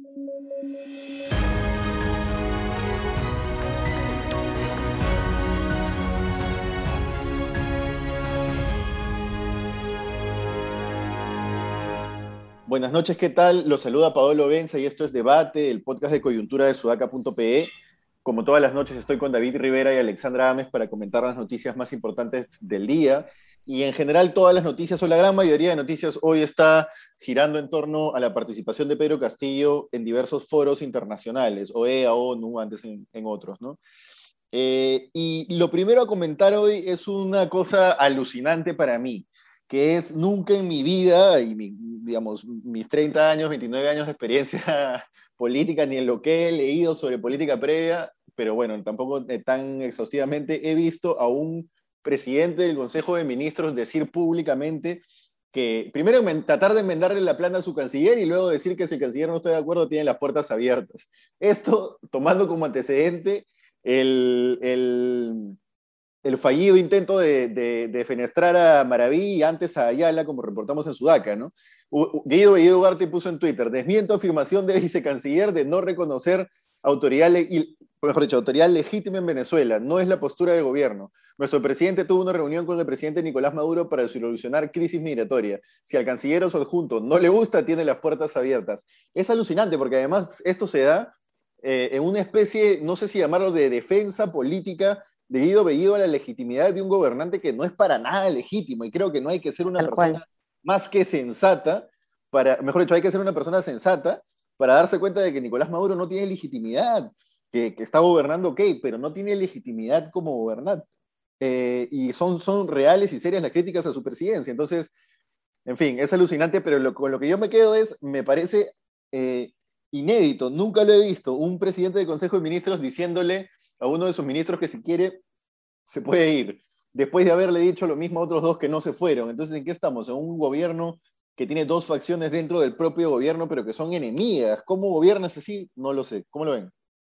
Buenas noches, ¿qué tal? Los saluda Paolo Benza y esto es Debate, el podcast de coyuntura de sudaca.pe. Como todas las noches estoy con David Rivera y Alexandra Ames para comentar las noticias más importantes del día. Y en general todas las noticias o la gran mayoría de noticias hoy está girando en torno a la participación de Pedro Castillo en diversos foros internacionales, OEA, ONU, antes en otros, ¿no? Y lo primero a comentar hoy es una cosa alucinante para mí, que es nunca en mi vida, y digamos, mis 30 años, 29 años de experiencia política, ni en lo que he leído sobre política previa, pero bueno, tampoco tan exhaustivamente, he visto a un presidente del Consejo de Ministros decir públicamente que primero tratar de enmendarle la plana a su canciller y luego decir que si el canciller no está de acuerdo tiene las puertas abiertas. Esto tomando como antecedente el, el, el fallido intento de fenestrar a Maraví y antes a Ayala, como reportamos en Sudaca, ¿no? Guido Ugarte puso en Twitter: desmiento afirmación de vicecanciller de no reconocer autoridad, mejor dicho, autoridad legítima en Venezuela. No es la postura del gobierno. Nuestro presidente tuvo una reunión con el presidente Nicolás Maduro para solucionar crisis migratoria. Si al canciller o su adjunto no le gusta, tiene las puertas abiertas. Es alucinante porque además esto se da en una especie, no sé si llamarlo de defensa política de Guido Bellido a la legitimidad de un gobernante que no es para nada legítimo, y creo que no hay que ser una Tal cual. persona más que sensata, mejor dicho, hay que ser una persona sensata para darse cuenta de que Nicolás Maduro no tiene legitimidad, que está gobernando ok, pero no tiene legitimidad como gobernante. Y son reales y serias las críticas a su presidencia. Entonces, en fin, es alucinante, pero con lo que yo me quedo me parece eh, inédito, nunca lo he visto, un presidente del Consejo de Ministros diciéndole a uno de sus ministros que si quiere se puede ir, después de haberle dicho lo mismo a otros dos que no se fueron. Entonces, ¿en qué estamos? En un gobierno que tiene dos facciones dentro del propio gobierno, pero que son enemigas. ¿Cómo gobiernas así? No lo sé. ¿Cómo lo ven?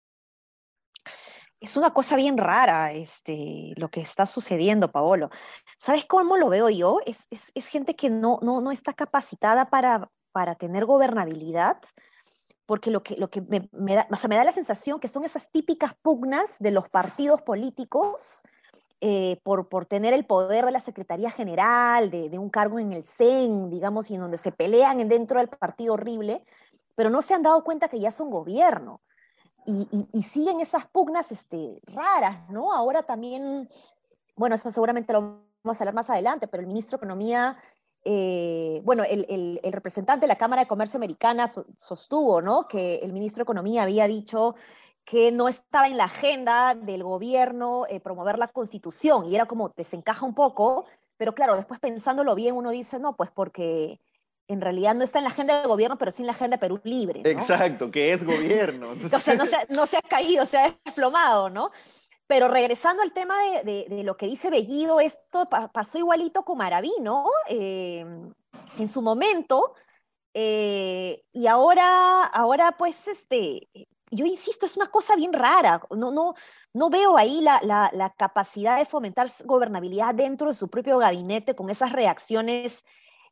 Es una cosa bien rara, lo que está sucediendo, Paolo. ¿Sabes cómo lo veo yo? Es gente que no está capacitada para tener gobernabilidad, porque lo que me da, o sea, me da la sensación que son esas típicas pugnas de los partidos políticos por tener el poder de la Secretaría General, de un cargo en el CEN, digamos, y en donde se pelean dentro del partido horrible, pero no se han dado cuenta que ya son gobierno. Y siguen esas pugnas raras, ¿no? Ahora también, bueno, eso seguramente lo vamos a hablar más adelante, pero el ministro de Economía, bueno, el representante de la Cámara de Comercio Americana sostuvo, ¿no? Que el ministro de Economía había dicho que no estaba en la agenda del gobierno promover la Constitución, y era como desencaja un poco, pero claro, después pensándolo bien uno dice, no, pues porque en realidad no está en la agenda del gobierno, pero sí en la agenda de Perú Libre, ¿no? Exacto, que es gobierno. O sea, Entonces, no se ha caído, se ha desplomado, ¿no? Pero regresando al tema de lo que dice Bellido, esto pasó igualito con Maraví, ¿no? En su momento, y ahora pues, yo insisto, es una cosa bien rara. No veo ahí la capacidad de fomentar gobernabilidad dentro de su propio gabinete con esas reacciones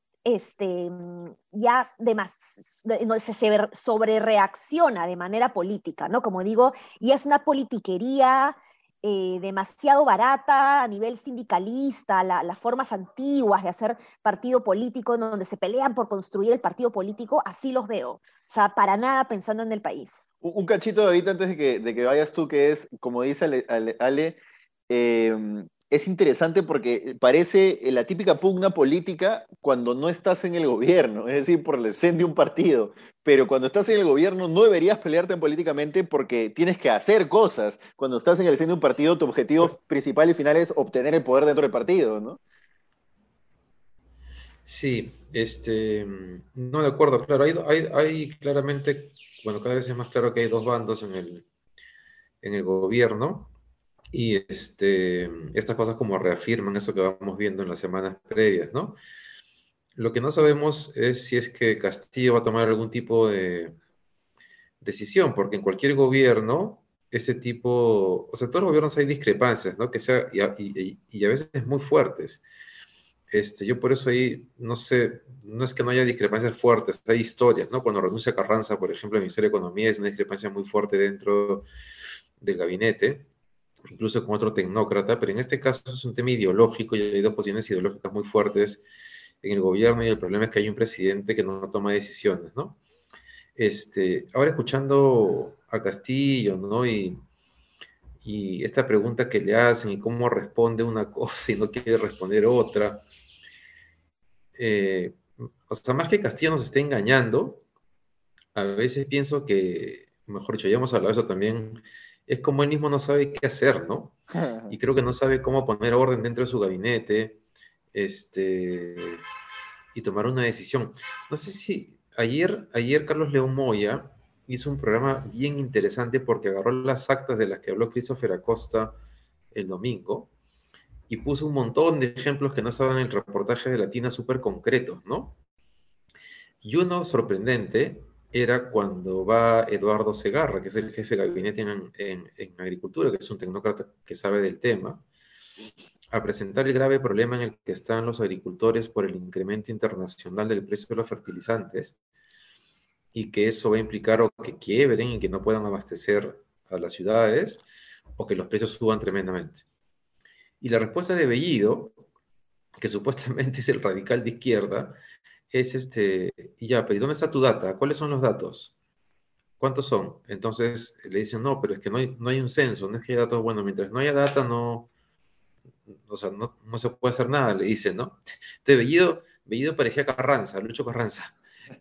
ya no, se sobre reacciona de manera política, ¿no? Como digo, y es una politiquería demasiado barata a nivel sindicalista, las formas antiguas de hacer partido político, en donde se pelean por construir el partido político, así los veo. O sea, para nada pensando en el país. un cachito, David, antes de que vayas tú, que es, como dice Ale, es interesante porque parece la típica pugna política cuando no estás en el gobierno, es decir, por el CEN de un partido. Pero cuando estás en el gobierno no deberías pelearte políticamente porque tienes que hacer cosas. Cuando estás en el CEN de un partido, tu objetivo principal y final es obtener el poder dentro del partido, ¿no? Sí, no de acuerdo, claro, hay claramente, bueno, cada vez es más claro que hay dos bandos en el gobierno y estas cosas como reafirman eso que vamos viendo en las semanas previas, ¿no? Lo que no sabemos es si es que Castillo va a tomar algún tipo de decisión, porque en cualquier gobierno, ese tipo, o sea, en todos los gobiernos hay discrepancias, ¿no? Que sea, y a veces muy fuertes. Yo por eso ahí, no sé, no es que no haya discrepancias fuertes, hay historias, ¿no? Cuando renuncia Carranza, por ejemplo, el Ministerio de Economía, es una discrepancia muy fuerte dentro del gabinete, incluso con otro tecnócrata, pero en este caso es un tema ideológico y hay dos posiciones ideológicas muy fuertes en el gobierno y el problema es que hay un presidente que no toma decisiones, ¿no? Ahora escuchando a Castillo, ¿no? Y esta pregunta que le hacen y cómo responde una cosa y no quiere responder otra, o sea, más que Castillo nos esté engañando, a veces pienso que, mejor dicho, ya hemos hablado de eso también, es como él mismo no sabe qué hacer, ¿no? Y creo que no sabe cómo poner orden dentro de su gabinete, este, y tomar una decisión. No sé si ayer Carlos León Moya hizo un programa bien interesante porque agarró las actas de las que habló Christopher Acosta el domingo y puso un montón de ejemplos que no estaban en el reportaje de Latina súper concretos, ¿no? Y uno sorprendente era cuando va Eduardo Segarra, que es el jefe de gabinete en Agricultura, que es un tecnócrata que sabe del tema, a presentar el grave problema en el que están los agricultores por el incremento internacional del precio de los fertilizantes y que eso va a implicar o que quiebren y que no puedan abastecer a las ciudades o que los precios suban tremendamente. Y la respuesta de Bellido, que supuestamente es el radical de izquierda, es y ya, pero ¿y dónde está tu data? ¿Cuáles son los datos? ¿Cuántos son? Entonces le dicen, no, pero es que no hay un censo, no es que haya datos. Bueno, mientras no haya data, no, o sea, no se puede hacer nada, le dicen, ¿no? Entonces Bellido parecía Carranza, Lucho Carranza.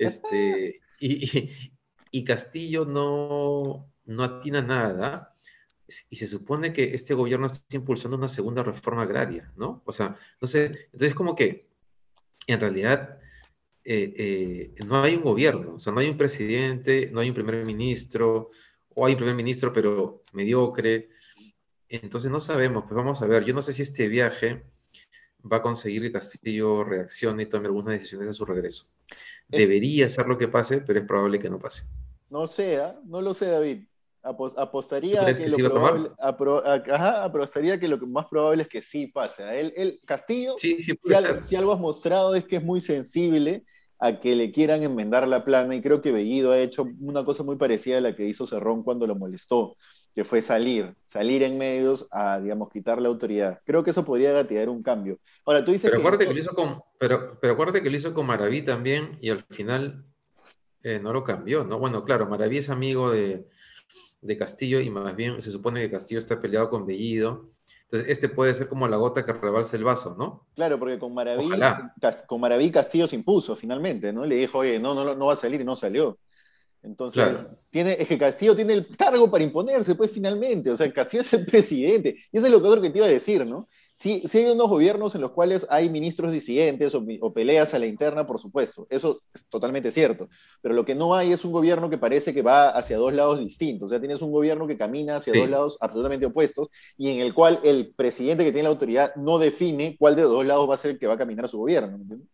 Y Castillo no atina nada, y se supone que este gobierno está impulsando una segunda reforma agraria, ¿no? O sea, no sé, entonces como que en realidad no hay un gobierno, o sea, no hay un presidente, no hay un primer ministro, o hay un primer ministro pero mediocre, entonces no sabemos, pues vamos a ver, yo no sé si este viaje va a conseguir que Castillo reaccione y tome algunas decisiones a su regreso. Es- Debería ser lo que pase, pero es probable que no pase. no sé, ¿ah? No lo sé, David. ¿Tú Apostaría a crees que que sí lo va a probable, tomar? ajá, apostaría que lo que más probable es que sí pase. Castillo, Sí, sí si puede algo, ser. si algo has mostrado es que es muy sensible a que le quieran enmendar la plana y creo que Bellido ha hecho una cosa muy parecida a la que hizo Cerrón cuando lo molestó, que fue salir en medios a, digamos, quitar la autoridad. Creo que eso podría gatillar un cambio. Ahora, tú dices Pero que acuérdate que lo hizo pero acuérdate que lo hizo con Maraví también y al final no lo cambió, ¿no? Bueno, claro, Maraví es amigo de Castillo y más bien se supone que Castillo está peleado con Bellido. Entonces, puede ser como la gota que rebalsa el vaso, ¿no? claro, porque con Ojalá, Castillo se impuso finalmente, ¿no? Le dijo, oye, no va a salir y no salió. Entonces, claro. es que Castillo tiene el cargo para imponerse, pues finalmente, o sea, Castillo es el presidente, y eso es lo que otro que te iba a decir, ¿no? Sí hay unos gobiernos en los cuales hay ministros disidentes o peleas a la interna, por supuesto, eso es totalmente cierto, pero lo que no hay es un gobierno que parece que va hacia dos lados distintos, o sea, tienes un gobierno que camina hacia dos Sí. lados absolutamente opuestos, y en el cual el presidente que tiene la autoridad no define cuál de los dos lados va a ser el que va a caminar a su gobierno, ¿me entiendes?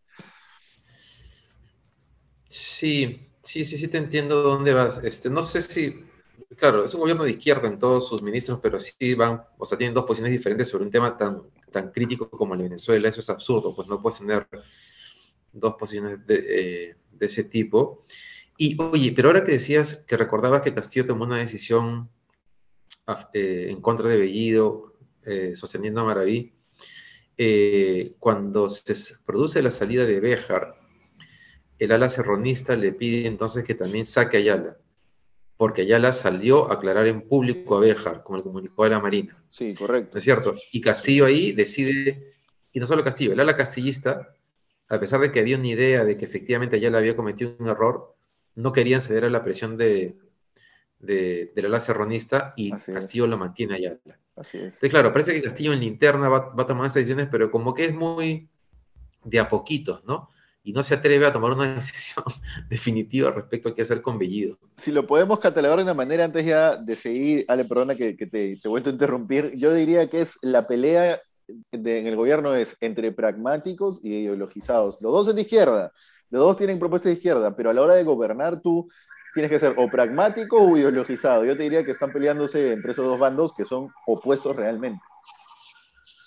Sí, te entiendo dónde vas. No sé si, claro, es un gobierno de izquierda en todos sus ministros, pero sí van, o sea, tienen dos posiciones diferentes sobre un tema tan crítico como el de Venezuela. Eso es absurdo, pues no puedes tener dos posiciones de ese tipo. Y oye, pero ahora que decías que recordabas que Castillo tomó una decisión en contra de Bellido, sosteniendo a Maraví, cuando se produce la salida de Béjar, el ala serronista le pide entonces que también saque a Ayala, porque Ayala salió a aclarar en público a Béjar, como el comunicó de la Marina, Sí, ¿no es correcto. cierto? Y Sí. Castillo ahí decide, y no solo Castillo, el ala castillista, a pesar de que había una idea de que efectivamente Ayala había cometido un error, no querían ceder a la presión del ala serronista y Así es, Castillo lo mantiene a Ayala. así es. Entonces, claro, parece que Castillo en linterna va a tomar esas decisiones, pero como que es muy de a poquitos, ¿no? Y no se atreve a tomar una decisión definitiva respecto a qué hacer con Bellido. Si lo podemos catalogar de una manera antes ya de seguir, Ale, perdona que te he vuelto a interrumpir, yo diría que es la pelea en el gobierno es entre pragmáticos y ideologizados. Los dos son de izquierda, los dos tienen propuestas de izquierda, pero a la hora de gobernar tú tienes que ser o pragmático o ideologizado. Yo te diría que están peleándose entre esos dos bandos que son opuestos realmente.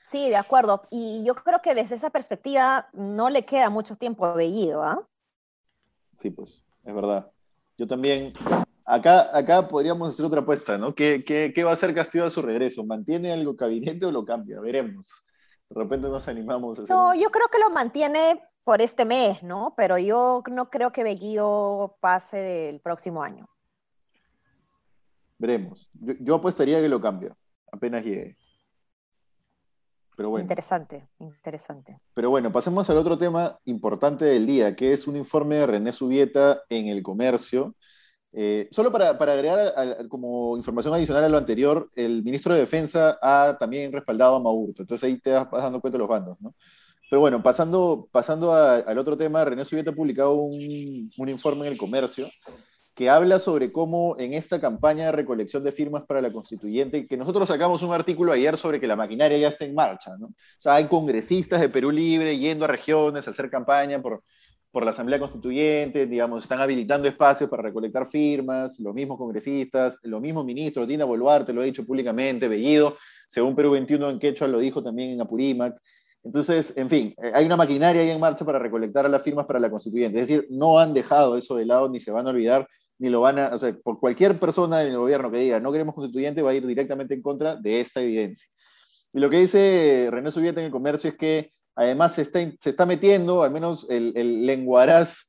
Sí, de acuerdo. Y yo creo que desde esa perspectiva no le queda mucho tiempo a Bellido, ¿ah? Sí, pues, es verdad. Yo también, acá podríamos hacer otra apuesta, ¿no? ¿Qué va a hacer Castillo a su regreso? ¿Mantiene algo gabinete o lo cambia? Veremos. De repente nos animamos a hacer No, un... yo creo que lo mantiene por este mes, ¿no? Pero yo no creo que Bellido pase del próximo año. Veremos. Yo apostaría que lo cambia, apenas llegue. Pero bueno. Interesante, interesante. Pero bueno, pasemos al otro tema importante del día, que es un informe de René Subieta en El Comercio. Solo para agregar como información adicional a lo anterior, el ministro de Defensa ha también respaldado a Maurto, entonces ahí te vas dando cuenta de los bandos, ¿no? Pero bueno, pasando al otro tema, René Subieta ha publicado un informe en El Comercio que habla sobre cómo en esta campaña de recolección de firmas para la constituyente, que nosotros sacamos un artículo ayer sobre que la maquinaria ya está en marcha, ¿no? O sea, hay congresistas de Perú Libre yendo a regiones a hacer campaña por la Asamblea Constituyente, digamos, están habilitando espacios para recolectar firmas, los mismos congresistas, los mismos ministros, Dina Boluarte lo ha dicho públicamente, Bellido, según Perú 21 en Quechua lo dijo también en Apurímac. Entonces, en fin, hay una maquinaria ahí en marcha para recolectar las firmas para la constituyente. Es decir, no han dejado eso de lado ni se van a olvidar ni lo van a, o sea, por cualquier persona en el gobierno que diga no queremos constituyente va a ir directamente en contra de esta evidencia. Y lo que dice René Subieta en El Comercio es que además se está metiendo, al menos el lenguaraz,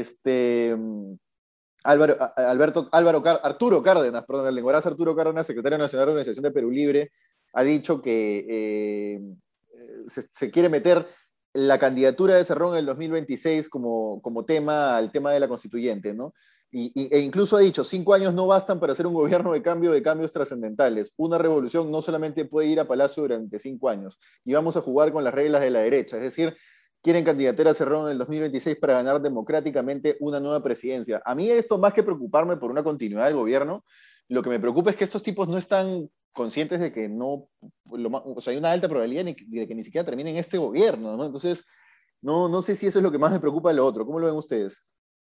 Arturo Cárdenas, perdón, el lenguaraz Arturo Cárdenas, secretario nacional de la Organización de Perú Libre, ha dicho que se quiere meter la candidatura de Cerrón en el 2026 como tema al tema de la constituyente, ¿no? E incluso ha dicho, 5 años no bastan para hacer un gobierno de cambios trascendentales. Una revolución no solamente puede ir a Palacio durante 5 años, y vamos a jugar con las reglas de la derecha. Es decir, quieren candidatar a Cerrón en el 2026 para ganar democráticamente una nueva presidencia. A mí esto, más que preocuparme por una continuidad del gobierno, lo que me preocupa es que estos tipos no están conscientes de que no, o sea, hay una alta probabilidad de que ni siquiera terminen este gobierno, ¿no? Entonces, no sé si eso es lo que más me preocupa de lo otro. ¿Cómo lo ven ustedes?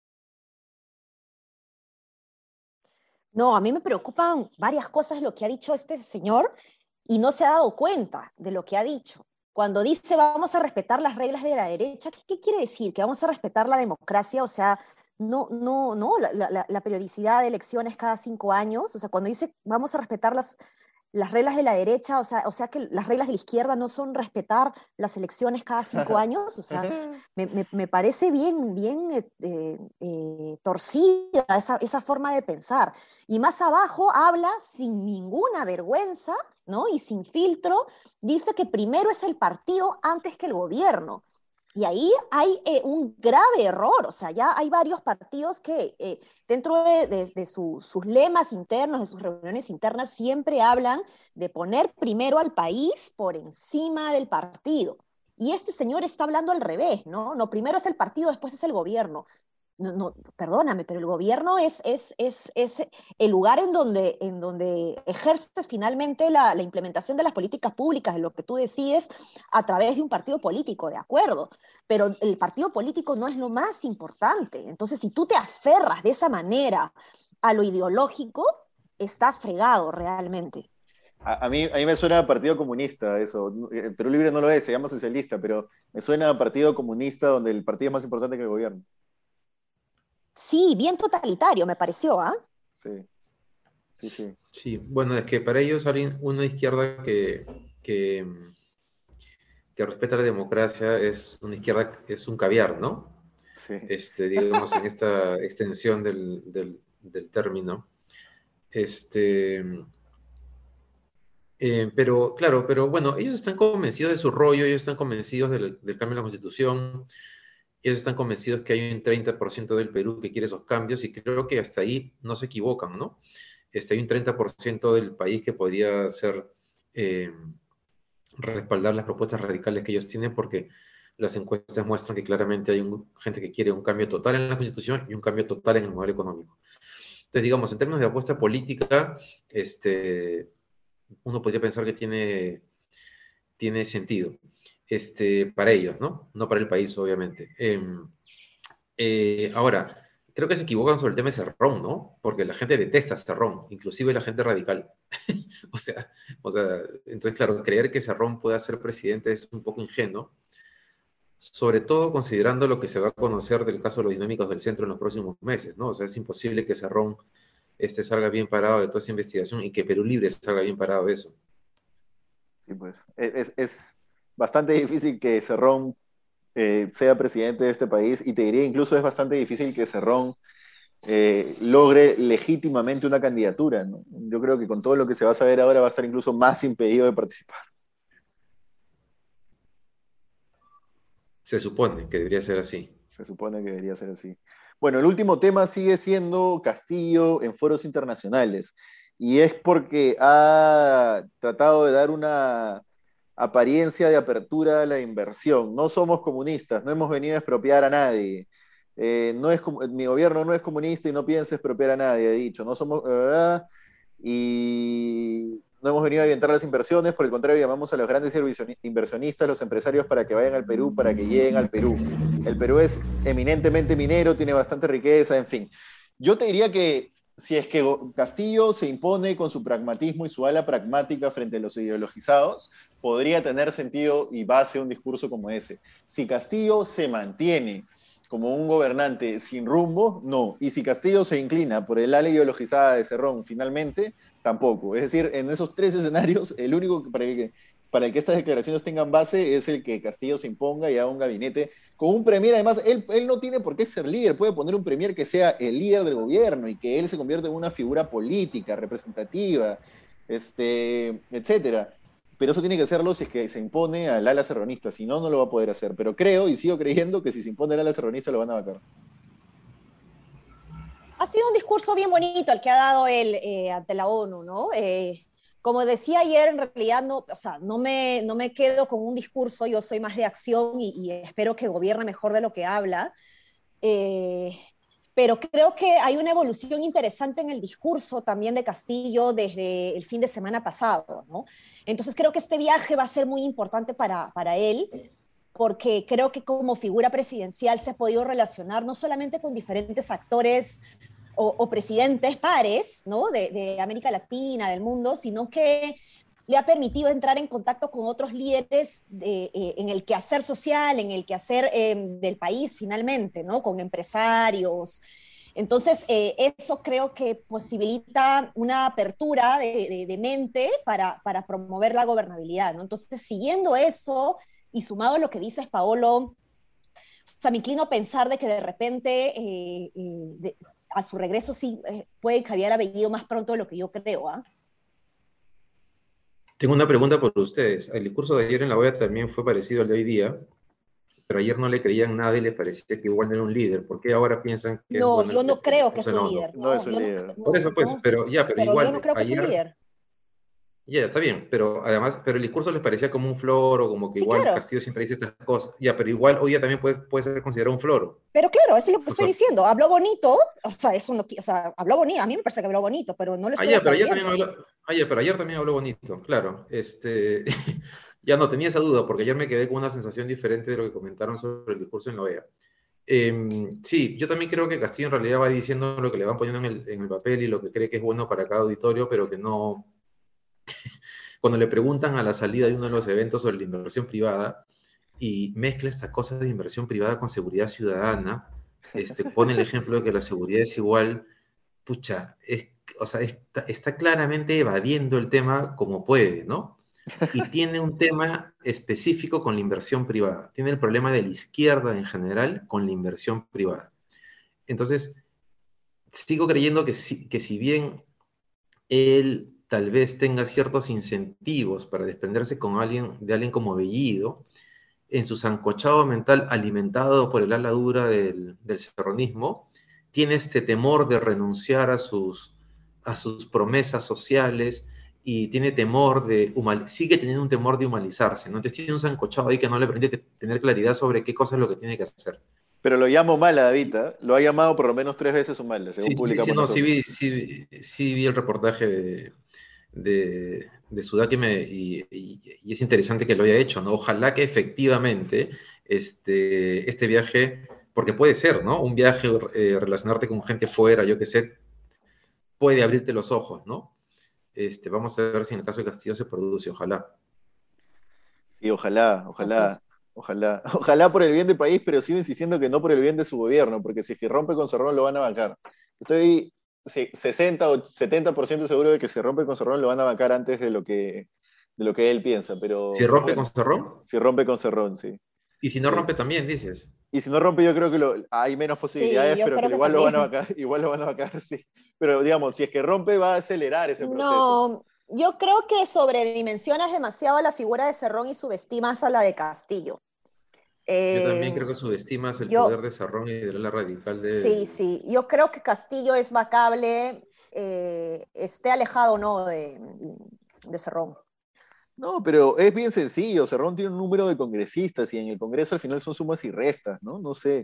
No, a mí me preocupan varias cosas lo que ha dicho este señor y no se ha dado cuenta de lo que ha dicho. Cuando dice vamos a respetar las reglas de la derecha, ¿qué quiere decir? ¿Que vamos a respetar la democracia? O sea, no, la periodicidad de elecciones cada 5 años. O sea, cuando dice vamos a respetar las reglas de la derecha, o sea que las reglas de la izquierda no son respetar las elecciones cada 5 años. O sea, me parece bien torcida esa forma de pensar. Y más abajo habla sin ninguna vergüenza, ¿no? Y sin filtro, dice que primero es el partido antes que el gobierno. Y ahí hay un grave error, o sea, ya hay varios partidos que dentro de sus lemas internos, de sus reuniones internas, siempre hablan de poner primero al país por encima del partido. Y este señor está hablando al revés, ¿no? No, primero es el partido, después es el gobierno. No, perdóname, pero el gobierno es el lugar en donde ejerces finalmente la implementación de las políticas públicas, de lo que tú decides a través de un partido político, de acuerdo, pero el partido político no es lo más importante. Entonces, si tú te aferras de esa manera a lo ideológico, estás fregado realmente. A mí me suena a Partido Comunista eso. Perú Libre no lo es, se llama socialista, pero me suena a Partido Comunista donde el partido es más importante que el gobierno. Sí, bien totalitario me pareció, ¿ah? Sí, sí, sí. Sí, bueno, es que para ellos hay una izquierda que, que respeta la democracia es una izquierda, es un caviar, ¿no? Sí. Digamos, en esta extensión del término. Este, pero, claro, pero bueno, ellos están convencidos de su rollo, ellos están convencidos del cambio en la Constitución, ellos están convencidos que hay un 30% del Perú que quiere esos cambios y creo que hasta ahí no se equivocan, ¿no? Hay un 30% del país que podría ser, eh, respaldar las propuestas radicales que ellos tienen porque las encuestas muestran que claramente hay gente que quiere un cambio total en la Constitución y un cambio total en el modelo económico. Entonces, digamos, en términos de apuesta política, uno podría pensar que tiene sentido para ellos, ¿no? No para el país, obviamente. Ahora, creo que se equivocan sobre el tema de Cerrón, ¿no? Porque la gente detesta a Cerrón, inclusive la gente radical. o sea, entonces, claro, creer que Cerrón pueda ser presidente es un poco ingenuo, sobre todo considerando lo que se va a conocer del caso de los dinámicos del centro en los próximos meses, ¿no? O sea, es imposible que Cerrón salga bien parado de toda esa investigación y que Perú Libre salga bien parado de eso. Sí, pues. Es bastante difícil que Cerrón sea presidente de este país, y te diría incluso es bastante difícil que Cerrón logre legítimamente una candidatura, ¿no? Yo creo que con todo lo que se va a saber ahora va a estar incluso más impedido de participar. Se supone que debería ser así. Se supone que debería ser así. Bueno, el último tema sigue siendo Castillo en foros internacionales, y es porque ha tratado de dar una apariencia de apertura a la inversión. No somos comunistas, no hemos venido a expropiar a nadie. No es, mi gobierno no es comunista y no piensa expropiar a nadie, he dicho. No somos, ¿verdad? Y no hemos venido a avientar las inversiones, por el contrario, llamamos a los grandes inversionistas, los empresarios, para que vayan al Perú, para que lleguen al Perú. El Perú es eminentemente minero, tiene bastante riqueza, en fin. Yo te diría que si es que Castillo se impone con su pragmatismo y su ala pragmática frente a los ideologizados, podría tener sentido y base un discurso como ese. Si Castillo se mantiene como un gobernante sin rumbo, no. Y si Castillo se inclina por el ala ideologizada de Cerrón, finalmente, tampoco. Es decir, en esos tres escenarios, el único para el que estas declaraciones tengan base es el que Castillo se imponga y haga un gabinete con un premier. Además, él no tiene por qué ser líder, puede poner un premier que sea el líder del gobierno y que él se convierta en una figura política, representativa, etcétera. Pero eso tiene que hacerlo si es que se impone al ala serronista, si no, no lo va a poder hacer. Pero creo y sigo creyendo que si se impone al ala serronista lo van a vacar. Ha sido un discurso bien bonito el que ha dado él ante la ONU, ¿no? Como decía ayer, en realidad no, o sea, no me quedo con un discurso, yo soy más de acción y espero que gobierne mejor de lo que habla. Eh, pero creo que hay una evolución interesante en el discurso también de Castillo desde el fin de semana pasado, ¿no? Entonces creo que este viaje va a ser muy importante para él, porque creo que como figura presidencial se ha podido relacionar no solamente con diferentes actores o presidentes pares, ¿no? De América Latina, del mundo, sino que le ha permitido entrar en contacto con otros líderes en el quehacer social, en el quehacer del país finalmente, ¿no? Con empresarios. Entonces, eso creo que posibilita una apertura de mente para promover la gobernabilidad, ¿no? Entonces, siguiendo eso y sumado a lo que dices, Paolo, o sea, me inclino a pensar de que de repente a su regreso sí puede caber apellido más pronto de lo que yo creo, ¿ah? Tengo una pregunta por ustedes. El discurso de ayer en la OEA también fue parecido al de hoy día, pero ayer no le creían nada y les parecía que igual no era un líder. ¿Por qué ahora piensan que es No, bueno yo no el creo que es discurso en la un ONU? líder, No es no, un yo líder. Por no, eso pues, no, pero pero yo igual, no creo que es un ayer, líder. ya, está bien, pero además, pero el discurso les parecía como un floro, como que Sí, igual claro, Castillo siempre dice estas cosas, ya, pero igual hoy día también puede ser considerado un floro. pero claro, eso es lo que O estoy sea, diciendo. Habló bonito, o sea, eso no, o sea, habló bonito, a mí me parece que habló bonito, pero no lo estoy ayer, pero ayer también aplaudiendo. habló, pero ayer también habló bonito, claro. Ya no tenía esa duda, porque ayer me quedé con una sensación diferente de lo que comentaron sobre el discurso en la OEA. Sí, yo también creo que Castillo en realidad va diciendo lo que le van poniendo en el papel y lo que cree que es bueno para cada auditorio, pero que no. Cuando le preguntan a la salida de uno de los eventos sobre la inversión privada y mezcla estas cosas de inversión privada con seguridad ciudadana, pone el ejemplo de que la seguridad es igual, pucha, o sea, está claramente evadiendo el tema como puede, ¿no? Y tiene un tema específico con la inversión privada. Tiene el problema de la izquierda en general con la inversión privada. Entonces, sigo creyendo que si bien él tal vez tenga ciertos incentivos para desprenderse de alguien como Bellido, en su sancochado mental alimentado por el ala dura del serronismo, tiene este temor de renunciar a sus promesas sociales y tiene temor sigue teniendo un temor de humanizarse, ¿no? Entonces tiene un sancochado ahí que no le permite tener claridad sobre qué cosa es lo que tiene que hacer. Pero lo llamo mal a David, ¿eh? Lo ha llamado por lo menos 3 veces un mal, según Sí, publicamos no, nosotros. sí vi el reportaje de Sudak y es interesante que lo haya hecho, ¿no? Ojalá que efectivamente este viaje porque puede ser, ¿no? Un viaje, relacionarte con gente fuera, yo qué sé, puede abrirte los ojos, ¿no? Vamos a ver si en el caso de Castillo se produce, ojalá. Sí, ojalá, Así es. ojalá, ojalá, ojalá por el bien del país, pero sigo insistiendo que no por el bien de su gobierno, porque si es que rompe con Cerrón lo van a bancar. Estoy 60 o 70% seguro de que si rompe con Cerrón lo van a bancar antes de lo que él piensa, Si pero rompe con bueno, Cerrón, si rompe con Cerrón, sí. y si no Sí. rompe también, dices. Y si no rompe, yo creo que hay menos Sí, posibilidades, yo pero que creo que igual lo van a también. vacar, igual lo van a vacar, sí. Pero digamos, si es que rompe, va a acelerar ese proceso. No, yo creo que sobredimensionas demasiado a la figura de Cerrón y subestimas a la de Castillo. Yo Eh, también creo que subestimas el poder yo, de Cerrón y de la radical sí, del... sí, yo creo que Castillo es vacable, esté alejado o no de Cerrón. No, pero es bien sencillo. Cerrón tiene un número de congresistas y en el Congreso al final son sumas y restas, ¿no? No sé.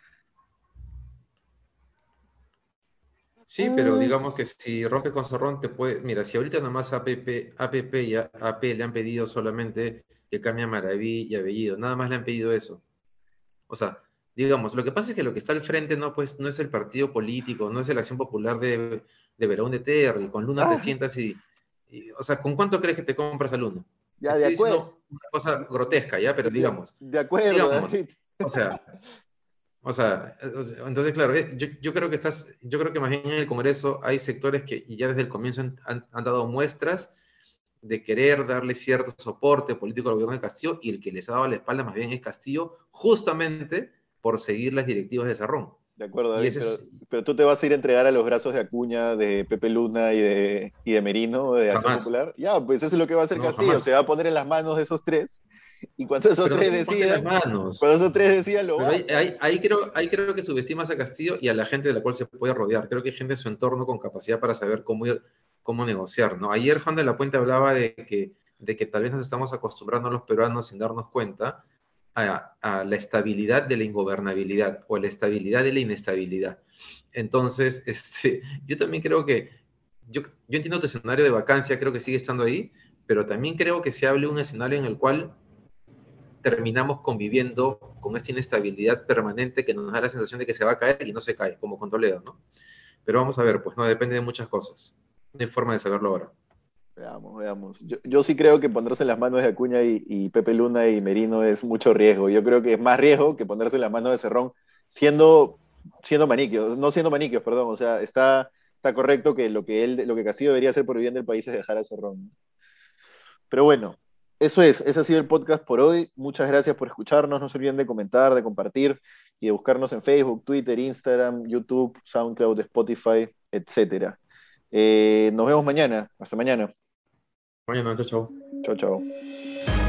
Sí, pero Mm, digamos que si rompe con Cerrón te puede... Mira, si ahorita nada más APP y AP le han pedido solamente que cambie Maraví y Bellido, nada más le han pedido eso. O sea, digamos, lo que pasa es que lo que está al frente no, pues, no es el partido político, no es la Acción Popular de Verón de Terry, con Luna te Ah, sientas o sea, ¿con cuánto crees que te compras a Luna? ya, de Estoy acuerdo. diciendo una cosa grotesca, ¿ya? Pero De acuerdo, digamos, David. o sea, entonces, claro, yo creo que yo creo que más bien en el Congreso hay sectores que ya desde el comienzo han dado muestras de querer darle cierto soporte político al gobierno de Castillo, y el que les ha dado la espalda más bien es Castillo, justamente por seguir las directivas de Cerrón. De acuerdo, Y David, ese es pero tú te vas a ir a entregar a los brazos de Acuña, de Pepe Luna y de Merino, de Acción jamás, Popular. Ya, pues eso es lo que va a hacer no, Castillo. Se va jamás. a poner en las manos de esos tres. Y cuando esos Pero no tres tienen ponte las decidan, manos. cuando esos tres decidan, lo Pero vacan. ahí creo que subestimas a Castillo y a la gente de la cual se puede rodear. Creo que hay gente en su entorno con capacidad para saber cómo negociar, ¿no? Ayer Juan de la Puente hablaba de que tal vez nos estamos acostumbrando a los peruanos sin darnos cuenta a la estabilidad de la ingobernabilidad o a la estabilidad de la inestabilidad. Entonces, yo también creo yo entiendo tu escenario de vacancia, creo que sigue estando ahí, pero también creo que se hable un escenario en el cual terminamos conviviendo con esta inestabilidad permanente que nos da la sensación de que se va a caer y no se cae, como con Toledo, ¿no? Pero vamos a ver, pues no depende de muchas cosas. No hay forma de saberlo ahora. Veamos, veamos. Yo sí creo que ponerse en las manos de Acuña y Pepe Luna y Merino es mucho riesgo. Yo creo que es más riesgo que ponerse en las manos de Cerrón siendo, siendo maniquios, no siendo maniquios, perdón. O sea, está correcto que lo que Castillo debería hacer por el bien del país es dejar a Cerrón. Pero bueno, eso es. Ese ha sido el podcast por hoy. Muchas gracias por escucharnos. No se olviden de comentar, de compartir y de buscarnos en Facebook, Twitter, Instagram, YouTube, SoundCloud, Spotify, etcétera. Nos vemos mañana. Hasta mañana. Mañana, chao, chao. Chao, chao.